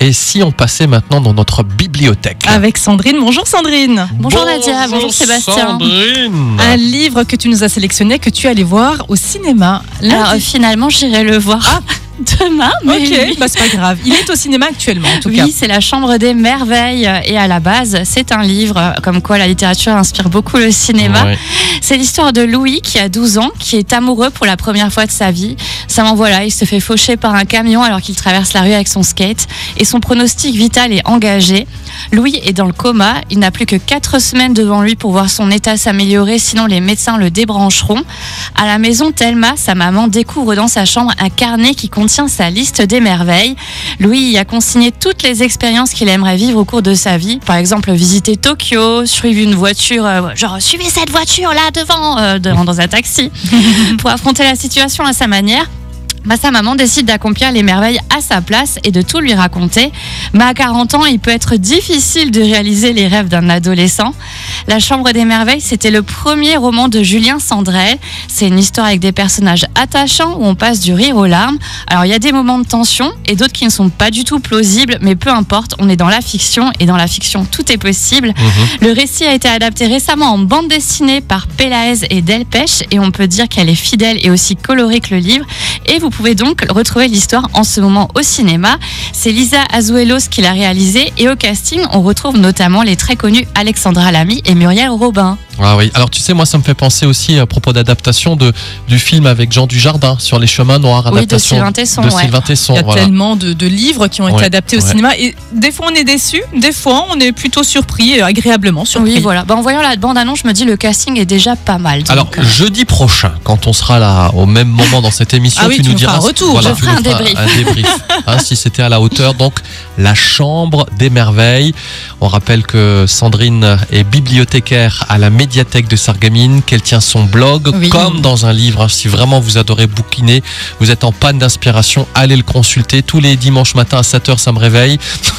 Et si on passait maintenant dans notre bibliothèque Avec Sandrine. Bonjour Sandrine. Bonjour Nadia, bonjour Sébastien. Sandrine. Un livre que tu nous as sélectionné, que tu allais voir au cinéma. Alors finalement j'irai le voir demain. Mais Ok, c'est pas grave. Il est au cinéma actuellement en tout cas. oui, c'est La Chambre des Merveilles et à la base, c'est un livre comme quoi la littérature inspire beaucoup le cinéma. Ouais. C'est l'histoire de Louis qui a 12 ans, qui est amoureux pour la première fois de sa vie. Seulement voilà, il se fait faucher par un camion alors qu'il traverse la rue avec son skate et son pronostic vital est engagé. Louis est dans le coma, il n'a plus que 4 semaines devant lui pour voir son état s'améliorer, sinon les médecins le débrancheront. À la maison, Thelma, sa maman, découvre dans sa chambre un carnet qui contient sa liste des merveilles. Louis y a consigné toutes les expériences qu'il aimerait vivre au cours de sa vie. Par exemple, visiter Tokyo, suivre une voiture, genre suivez cette voiture là devant, dans un taxi, pour affronter la situation à sa manière. Sa maman décide d'accomplir les merveilles à sa place et de tout lui raconter. Mais à 40 ans, il peut être difficile de réaliser les rêves d'un adolescent. La Chambre des Merveilles, c'était le premier roman de Julien Sandrel. C'est une histoire avec des personnages attachants où on passe du rire aux larmes. Alors il y a des moments de tension et d'autres qui ne sont pas du tout plausibles, mais peu importe, on est dans la fiction et dans la fiction tout est possible. Le récit a été adapté récemment en bande dessinée par Pelaez et Delpech et on peut dire qu'elle est fidèle et aussi colorée que le livre. Et vous pouvez donc retrouver l'histoire en ce moment au cinéma. C'est Lisa Azuelos qui l'a réalisé et au casting, on retrouve notamment les très connus Alexandra Lamy et Muriel Robin. Ah oui. Alors tu sais, moi ça me fait penser aussi à propos d'adaptation du film avec Jean Dujardin sur les chemins noirs, adaptation de Sylvain Tesson. Sylvain Tesson. Il y a Voilà. tellement de livres qui ont été Ouais, adaptés au cinéma et des fois on est déçus, des fois on est plutôt surpris, agréablement surpris. Oui, voilà. En voyant la bande-annonce, je me dis le casting est déjà pas mal. Donc, Alors jeudi prochain, quand on sera là au même moment dans cette émission, Ah oui, tu nous diras un retour. Je tu ferai nous un feras débrief. un débrief, si c'était à la hauteur. Donc La Chambre des Merveilles. On rappelle que Sandrine est bibliothécaire à la médiathèque de Sarreguemines, qu'elle tient son blog Oui. comme dans un livre. Si vraiment vous adorez bouquiner, vous êtes en panne d'inspiration, allez le consulter tous les dimanches matins à 7h, ça me réveille.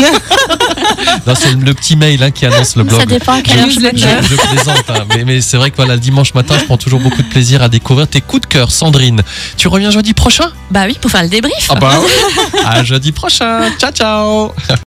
Non, c'est le petit mail qui annonce le blog. ça dépend à quelle heure je me lève. Je plaisante, mais c'est vrai que voilà, le dimanche matin, je prends toujours beaucoup de plaisir à découvrir tes coups de cœur. Sandrine, tu reviens jeudi prochain? Bah oui, pour faire le débrief. Ah bah oui. À jeudi prochain. Ciao, ciao.